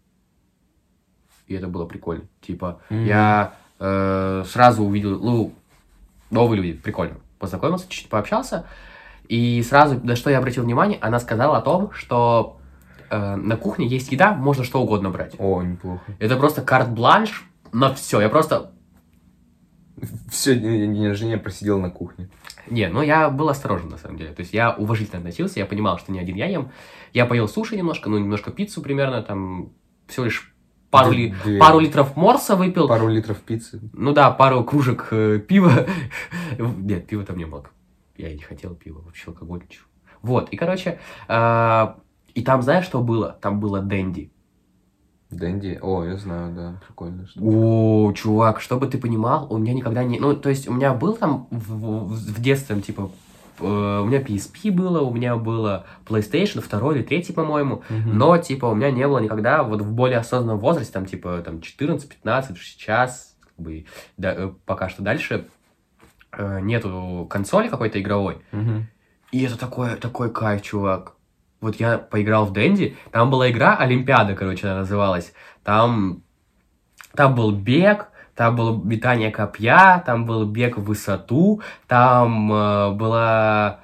И это было прикольно. Я сразу увидел, новые люди, прикольно. Познакомился, чуть-чуть пообщался. И сразу, на что я обратил внимание, она сказала о том, что на кухне есть еда, можно что угодно брать. О, неплохо. Это просто карт-бланш на все. Я просто... Все день рождения просидел на кухне. Не, я был осторожен, на самом деле. То есть я уважительно относился, я понимал, что не один я ем. Я поел суши немножко, немножко пиццу примерно, там всего лишь пару литров морса выпил. Пару литров пиццы. Пару кружек пива. Нет, пива там не было. Я и не хотел пива, вообще алкоголь. Вот, и, и там, знаешь, что было? Там было Дэнди. Дэнди? О, я знаю, да, прикольно. О, чувак, чтобы ты понимал, у меня никогда не... то есть у меня был там в детстве, у меня PSP было, у меня было PlayStation 2 или 3, по-моему, но, у меня не было никогда вот в более осознанном возрасте, там 14-15, сейчас, пока что дальше нету консоли какой-то игровой. И это такой кайф, чувак. Вот я поиграл в Денди, там была игра Олимпиада, короче, она называлась. Там был бег, там было метание копья, там был бег в высоту, там была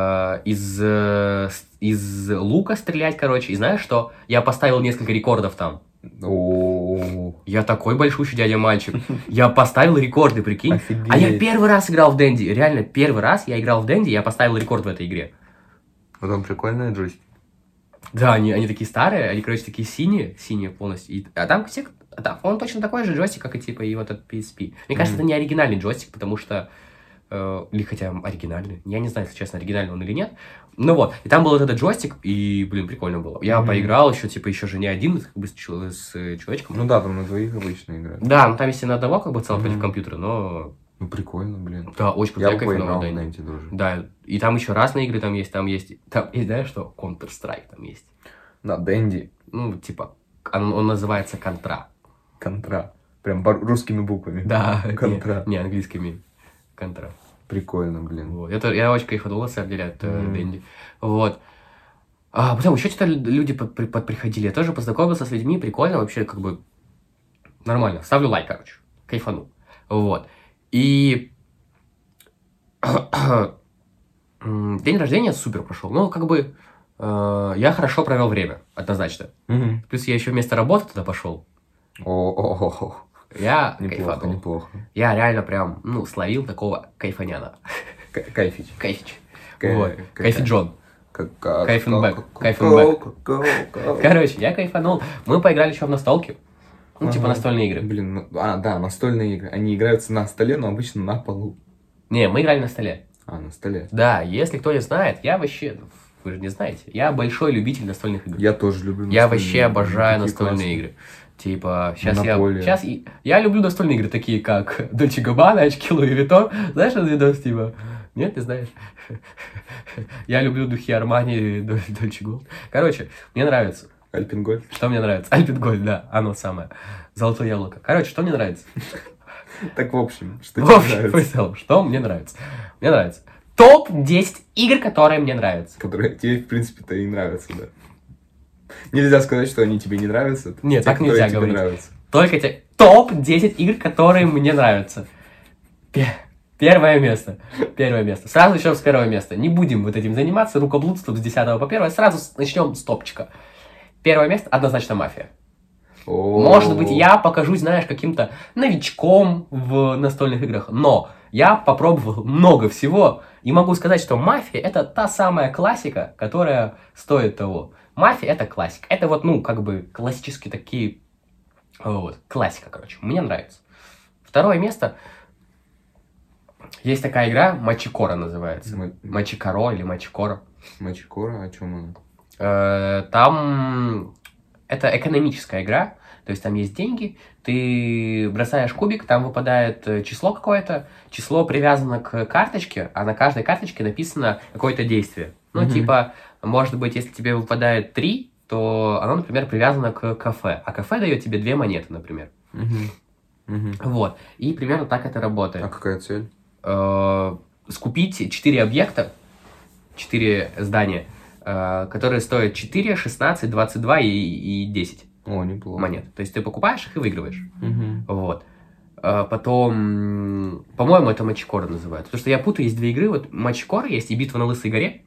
из лука стрелять, короче. И знаешь что? Я поставил несколько рекордов там. Я такой большущий дядя-мальчик. Я поставил рекорды, прикинь. Офигеть. А я первый раз играл в Денди. Реально, первый раз я играл в Денди, я поставил рекорд в этой игре. Потом прикольные джойстики. Да, они такие старые, они, короче, такие синие полностью. А там он точно такой же джойстик, как и типа и вот этот PSP. Мне кажется, это не оригинальный джойстик, потому что... или хотя оригинальный. Я не знаю, если честно, оригинальный он или нет. Ну вот, и там был вот этот джойстик, и, блин, прикольно было. Я поиграл еще же не один, как бы с человечком. Ну да, там на двоих обычно играют. Да, ну там если на одного, как бы целый против компьютера, но... Ну прикольно, блин. Да, очень Я круто. бы поиграл на эти тоже. Да, и там еще разные игры там есть, знаешь что? Counter-Strike там есть. Да, Денди. Ну, типа, он называется Контра. Контра. Прям русскими буквами. Да, Контра. не английскими. Контра. Прикольно, блин. Вот. Я очень кайфанул, на самом деле, от Денди. Вот. А потом еще что-то люди приходили. Я тоже познакомился с людьми, прикольно, вообще, как бы, нормально. Ставлю лайк, короче. Кайфанул. Вот. И день рождения супер прошел. Ну, как бы, я хорошо провел время, однозначно. Плюс я еще вместо работы туда пошел. Я кайфанул. Неплохо. Я реально прям, словил такого кайфаняна. Кайфич. Вот. Кайфиджон. Кайфенбэк. Короче, я кайфанул. Мы поиграли еще в настолки. Ну, типа настольные игры. Блин, да, настольные игры. Они играются на столе, но обычно на полу. Не, мы играли на столе. На столе. Да, если кто не знает, я вообще... Вы же не знаете. Я большой любитель настольных игр. Я тоже люблю настольные игры. Я вообще обожаю такие настольные классные. игры. Типа, Монополия. я люблю настольные игры, такие как Дольче Габбана, очки Луи Виттон. Знаешь этот видос, типа? Нет, ты знаешь? Я люблю духи Армани, Дольче Голд. Короче, мне нравится. Альпенгольд. Что мне нравится? Альпенгольд, да, оно самое. Золотое яблоко. Короче, что мне нравится? Так, в общем, что тебе нравится? Что мне нравится? Мне нравится. Топ-10 игр, которые мне нравятся. Которые тебе, в принципе-то, и нравятся, да. Нельзя сказать, что они тебе не нравятся. Нет, так нельзя говорить. Нравятся. Только те топ-10 игр, которые мне нравятся. Первое место. Сразу начнем с первого места. Не будем вот этим заниматься, рукоблудством с 10 по 1. Сразу начнем с топчика. Первое место однозначно «Мафия». Может быть, я покажусь, знаешь, каким-то новичком в настольных играх, но я попробовал много всего, и могу сказать, что «Мафия» — это та самая классика, которая стоит того. «Мафия» — это классика. Это вот, как бы классические такие... Вот, классика, короче. Мне нравится. Второе место. Есть такая игра, Мачикора называется. Мачикаро или Мачикора. Мачикора? О чем она? Там это экономическая игра, то есть там есть деньги, ты бросаешь кубик, там выпадает число какое-то, число привязано к карточке, а на каждой карточке написано какое-то действие. Ну, типа, может быть, если тебе выпадает 3, то оно, например, привязано к кафе, а кафе дает тебе 2 монеты, например. Вот, и примерно так это работает. А какая цель? Скупить 4 объекта, 4 здания, которые стоят 4, 16, 22 и 10 неплохо. монет. То есть ты покупаешь их и выигрываешь. Вот. Потом, по-моему, это Мачикора называют. Потому что я путаю, есть 2 игры. Вот Мачикора есть и Битва на Лысой горе.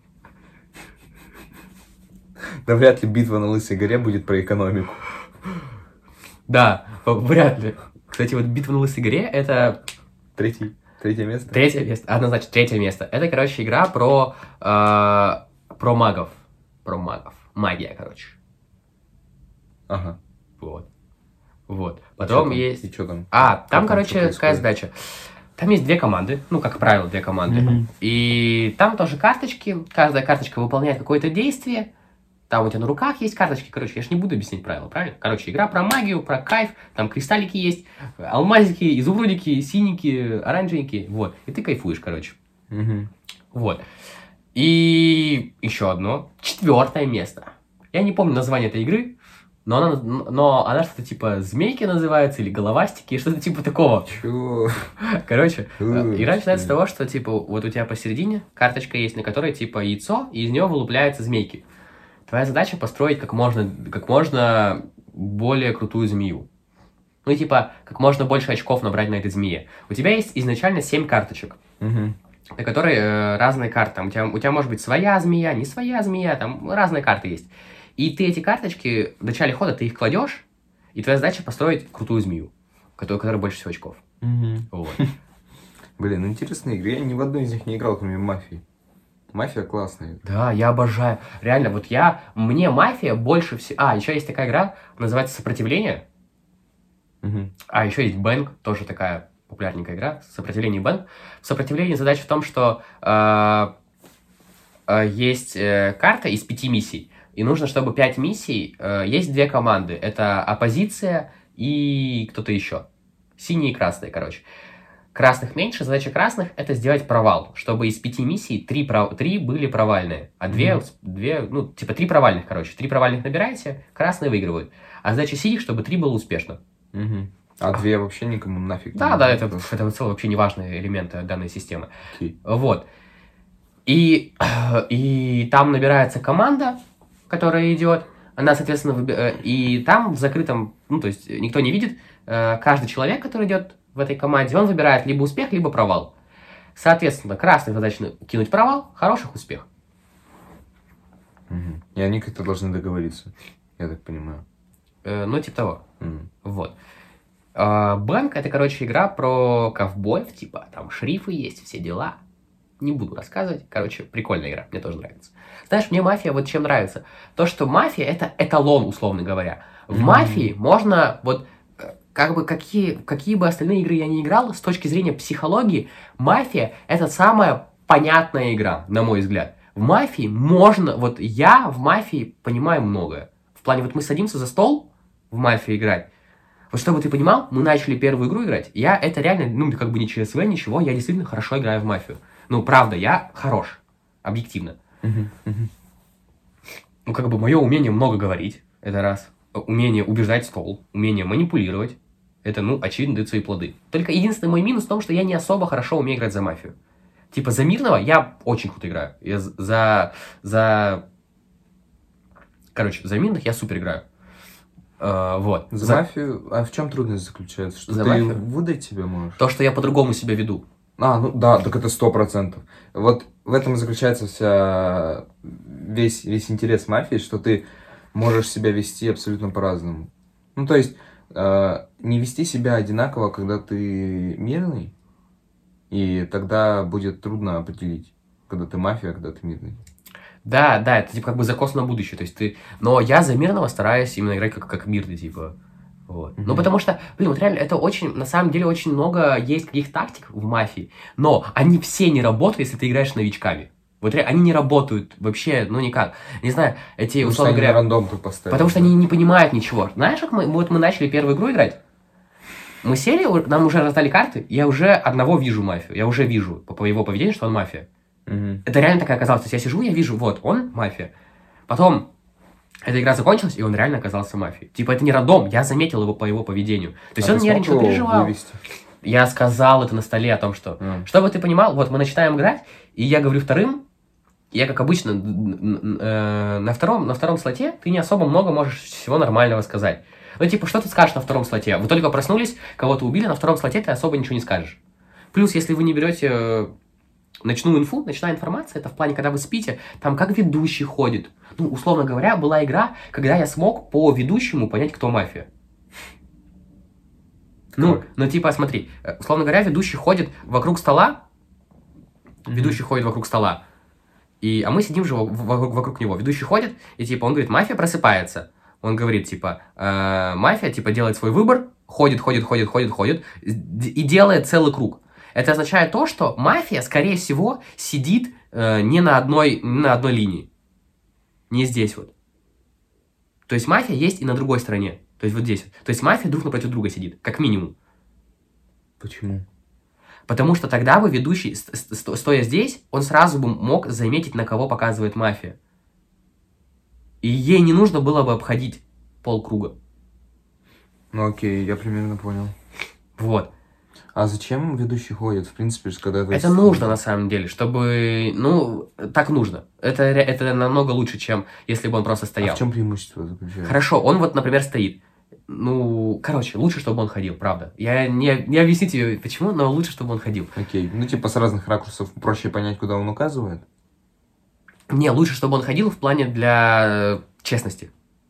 Да вряд ли Битва на Лысой горе будет про экономику. Да, вряд ли. Кстати, вот Битва на Лысой горе это... Третье место? Третье место. Однозначно, третье место. Это, короче, игра про магов. Про магов. Магия, короче. Ага. Вот. Потом есть... И что там? Там, короче, какая задача. Там есть 2 команды, как правило, 2 команды. И там тоже карточки. Каждая карточка выполняет какое-то действие. Там у тебя на руках есть карточки. Короче, я же не буду объяснять правила, правильно? Короче, игра про магию, про кайф. Там кристаллики есть, алмазики, изумрудики, синики, оранжевенькие. Вот. И ты кайфуешь, короче. Вот. И еще одно. 4 место. Я не помню название этой игры, но она что-то типа змейки называется, или головастики, что-то типа такого. Чё? Короче, игра начинается с того, что типа вот у тебя посередине карточка есть, на которой типа яйцо, и из него вылупляются змейки. Твоя задача построить как можно более крутую змею. Ну, типа, как можно больше очков набрать на этой змее. У тебя есть изначально 7 карточек, на которые разные карты. Там, у тебя может быть своя змея, не своя змея, там разные карты есть. И ты эти карточки в начале хода, ты их кладешь, и твоя задача построить крутую змею, у которой больше всего очков. Вот. Блин, ну интересные игры. Я ни в одной из них не играл, кроме Мафии. Мафия классная. Да, я обожаю. Реально, вот мне Мафия больше всего... еще есть такая игра, называется «Сопротивление». Еще есть Бэнк, тоже такая популярненькая игра, «Сопротивление» и Бэнк. В «Сопротивлении» задача в том, что есть карта из 5 миссий, и нужно, чтобы 5 миссий... есть 2 команды. Это оппозиция и кто-то еще. Синие и красные, короче. Красных меньше, задача красных — это сделать провал, чтобы из 5 миссий 3 были провальные, а 2, ну, типа 3 провальных, короче. 3 провальных набираете, красные выигрывают. А задача синих, чтобы 3 было успешно. А 2 вообще никому нафиг не Да, это в целом вообще не важные элементы данной системы. Okay. Вот. И там набирается команда, которая идет, она, соответственно, и там в закрытом, ну, то есть никто не видит, каждый человек, который идет в этой команде, он выбирает либо успех, либо провал. Соответственно, красных задача кинуть провал, хороших успех. И они как-то должны договориться, я так понимаю. Ну, типа того. Вот. Бэнк — это, короче, игра про ковбоев, типа, там шрифы есть, все дела. Не буду рассказывать. Короче, прикольная игра, мне тоже нравится. Знаешь, мне Мафия вот чем нравится. То, что Мафия — это эталон, условно говоря. В Мафии можно вот... Как бы какие бы остальные игры я не играл, с точки зрения психологии, Мафия — это самая понятная игра, на мой взгляд. В Мафии можно... Вот я в Мафии понимаю многое. В плане, вот мы садимся за стол в Мафии играть. Вот чтобы ты понимал, мы начали первую игру играть. Это реально, ну, как бы не ЧСВ, ничего, я действительно хорошо играю в Мафию. Ну, правда, я хорош. Объективно. Ну, как бы мое умение много говорить, это раз. Умение убеждать стол, умение манипулировать. Это, ну, очевидно, дают свои плоды. Только единственный мой минус в том, что я не особо хорошо умею играть за Мафию. Типа, за Мирного я очень круто играю. Короче, за Мирных я супер играю. Вот. За Мафию? А в чем трудность заключается? Что за ты Мафию? выдать себе можешь? То, что я по-другому себя веду. Ну да, так это 100%. Вот в этом и заключается весь интерес Мафии, что ты можешь себя вести абсолютно по-разному. Ну, то есть, не вести себя одинаково, когда ты мирный, и тогда будет трудно определить, когда ты мафия, а когда ты мирный. Да, это типа как бы закос на будущее. То есть Но я за мирного стараюсь именно играть как мирный, типа. Вот. Ну, потому что, блин, вот реально, это очень, на самом деле, очень много есть каких тактик в Мафии, но они все не работают, если ты играешь с новичками. Вот реально, они не работают вообще, ну, никак. Не знаю, эти, условно говоря... рандом ты поставил. Потому что они не понимают ничего. Знаешь, как мы начали первую игру играть? Мы сели, нам уже раздали карты, я уже одного вижу Мафию. Я уже вижу по его поведению, что он мафия. Это реально такая оказалось. То есть я сижу, я вижу, вот, он мафия. Потом эта игра закончилась, и он реально оказался мафией. Типа, это не рандом, я заметил его по его поведению. То есть он нервничал, переживал. Вывести? Я сказал это на столе о том, что... Чтобы ты понимал, вот мы начинаем играть, и я говорю вторым, я, как обычно, на втором слоте ты не особо много можешь всего нормального сказать. Ну, типа, что ты скажешь на втором слоте? Вы только проснулись, кого-то убили, на втором слоте ты особо ничего не скажешь. Плюс, если вы не берете ночную инфу, ночная информация, это в плане, когда вы спите, там как ведущий ходит. Ну, условно говоря, была игра, когда я смог по ведущему понять, кто мафия. Ну, типа, смотри, условно говоря, ведущий ходит вокруг стола, а мы сидим же вокруг него. Ведущий ходит, и типа, он говорит, мафия просыпается. Он говорит, типа, мафия, типа, делает свой выбор, ходит, и делает целый круг. Это означает то, что мафия, скорее всего, сидит не на одной линии. Не здесь вот. То есть мафия есть и на другой стороне. То есть вот здесь вот. То есть мафия друг напротив друга сидит, как минимум. Почему? Потому что тогда бы ведущий, стоя здесь, он сразу бы мог заметить, на кого показывает мафия. И ей не нужно было бы обходить полкруга. Ну окей, я примерно понял. Вот. А зачем ведущий ходит? В принципе, когда Это нужно, на самом деле, чтобы... Ну, так нужно. Это намного лучше, чем если бы он просто стоял. А в чем преимущество заключается? Хорошо, он вот, например, стоит. Ну, короче, лучше, чтобы он ходил, правда. Я не объясню тебе, почему, но лучше, чтобы он ходил. Окей. Ну, типа, с разных ракурсов проще понять, куда он указывает? Не, лучше, чтобы он ходил в плане для честности.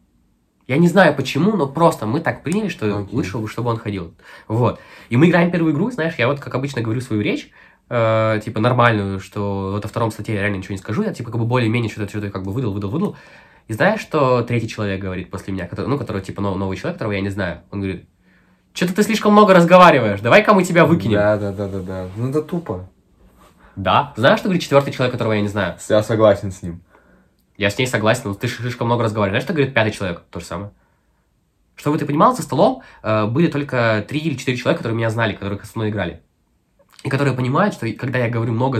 Я не знаю почему, но просто мы так приняли, что лучше, чтобы он ходил. Вот. И мы играем первую игру, знаешь, я вот, как обычно, говорю свою речь, типа, нормальную, что вот о втором слоте я реально ничего не скажу, я, типа, как бы более-менее что-то как бы выдал. И знаешь, что третий человек говорит после меня, который типа, новый человек, которого я не знаю, он говорит, что-то ты слишком много разговариваешь, давай-ка мы тебя выкинем. Да. Ну, это тупо. Да. Знаешь, что говорит четвертый человек, которого я не знаю? Я согласен с ним. Я с ней согласен, но ты слишком много разговариваешь. Знаешь, что говорит пятый человек? То же самое. Чтобы ты понимал, за столом были только 3 или 4 человека, которые меня знали, которые со мной играли. И которые понимают, что когда я говорю много,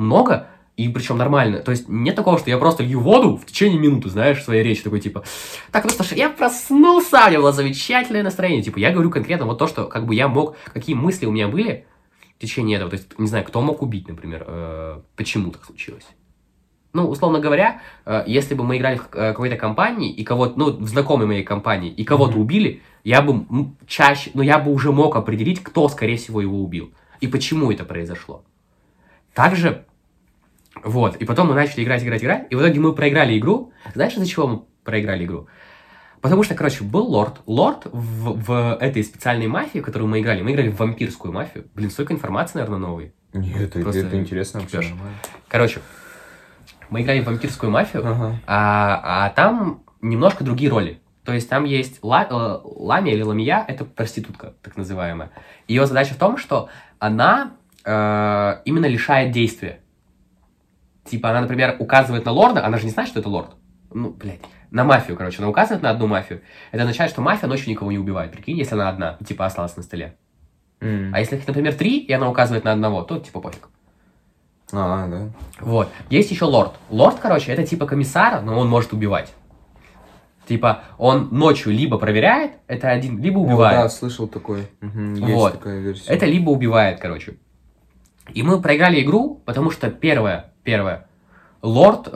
и причем нормально. То есть нет такого, что я просто лью воду в течение минуты, знаешь, в своей речи. Такой типа, так, ну что ж, я проснулся, у меня было замечательное настроение. Типа, я говорю конкретно вот то, что как бы я мог, какие мысли у меня были в течение этого. То есть, не знаю, кто мог убить, например, почему так случилось. Ну, условно говоря, если бы мы играли в какой-то компании, и кого-то, ну, в знакомой моей компании, и кого-то убили, я бы чаще, ну, я бы уже мог определить, кто, скорее всего, его убил. И почему это произошло. Также, вот, и потом мы начали играть, и в итоге мы проиграли игру. Знаешь, из-за чего мы проиграли игру? Потому что, короче, был лорд. Лорд в этой специальной мафии, в которую мы играли в вампирскую мафию. Блин, столько информации, наверное, новой. Нет, это интересно вообще. Короче, мы играли в вампирскую мафию, а там немножко другие роли. То есть там есть Ламия или Ламия, это проститутка, так называемая. Ее задача в том, что она именно лишает действия. Типа она, например, указывает на лорда, она же не знает, что это лорд. Ну, блядь. На мафию, короче. Она указывает на одну мафию. Это означает, что мафия ночью никого не убивает. Прикинь, если она одна, типа осталась на столе. А если их, например, 3, и она указывает на одного, то типа пофиг. Да. Вот. Есть еще лорд. Лорд, короче, это типа комиссара, но он может убивать. Типа, он ночью либо проверяет, это один, либо убивает. Да, слышал такое. Есть вот. Такая версия. Это либо убивает, короче. И мы проиграли игру, потому что первое, лорд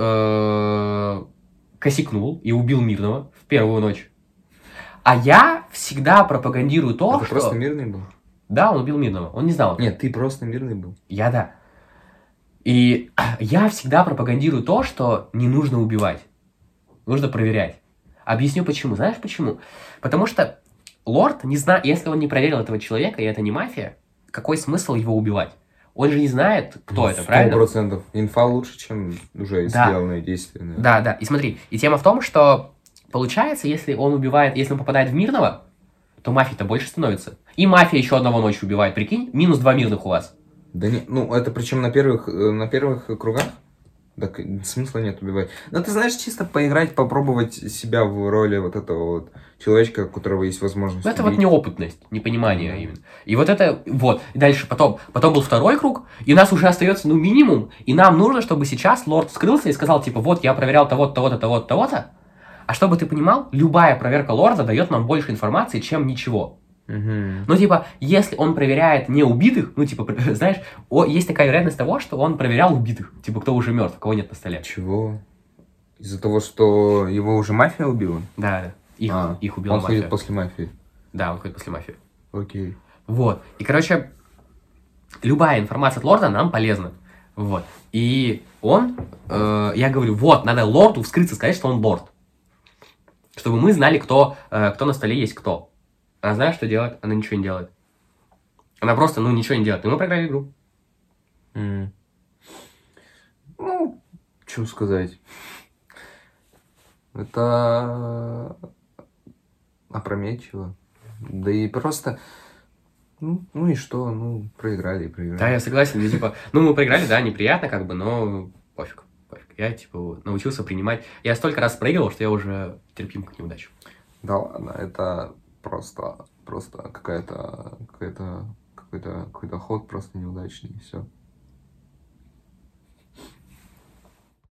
косякнул и убил мирного в первую ночь. А я всегда пропагандирую то, что... просто мирный был? Да, он убил мирного, он не знал. Нет, ты просто мирный был. Я да. И я всегда пропагандирую то, что не нужно убивать. Нужно проверять. Объясню почему. Знаешь почему? Потому что лорд не знает, если он не проверил этого человека, и это не мафия, какой смысл его убивать? Он же не знает, кто это, правильно? 100%. Инфа лучше, чем уже сделанное действие. Да. И смотри, и тема в том, что получается, если он убивает, если он попадает в мирного, то мафии-то больше становится. И мафия еще одного ночью убивает, прикинь, минус 2 мирных у вас. Да не, ну это причем на первых кругах. Так смысла нет убивать. Но ты знаешь, чисто поиграть, попробовать себя в роли вот этого вот человечка, у которого есть возможность. Это вот неопытность, непонимание именно. И вот это, вот. И дальше потом был второй круг, и у нас уже остается, ну, минимум, и нам нужно, чтобы сейчас лорд вскрылся и сказал, типа, вот, я проверял того-то. А чтобы ты понимал, любая проверка лорда дает нам больше информации, чем ничего. Ну, типа, если он проверяет не убитых, ну, типа, знаешь, есть такая вероятность того, что он проверял убитых, типа, кто уже мертв, кого нет на столе. Чего? Из-за того, что его уже мафия убила? Да. Их убила мафия. Он ходит после мафии? Да, он ходит после мафии. Окей. Вот. И, короче, любая информация от лорда нам полезна. Вот. И он, я говорю, вот, надо лорду вскрыться, сказать, что он лорд. Чтобы мы знали, кто на столе есть кто. Она знает, что делать, она ничего не делает. Она просто, ничего не делает. И мы проиграли игру. Ну, что сказать. Это опрометчиво. Да и просто... Ну и что? Проиграли. Да, я согласен. Типа, мы проиграли, да, неприятно как бы, но пофиг. Я, типа, научился принимать... Я столько раз проигрывал, что я уже терпим к неудачам. Да ладно, это... Просто какой-то ход просто неудачный, и все.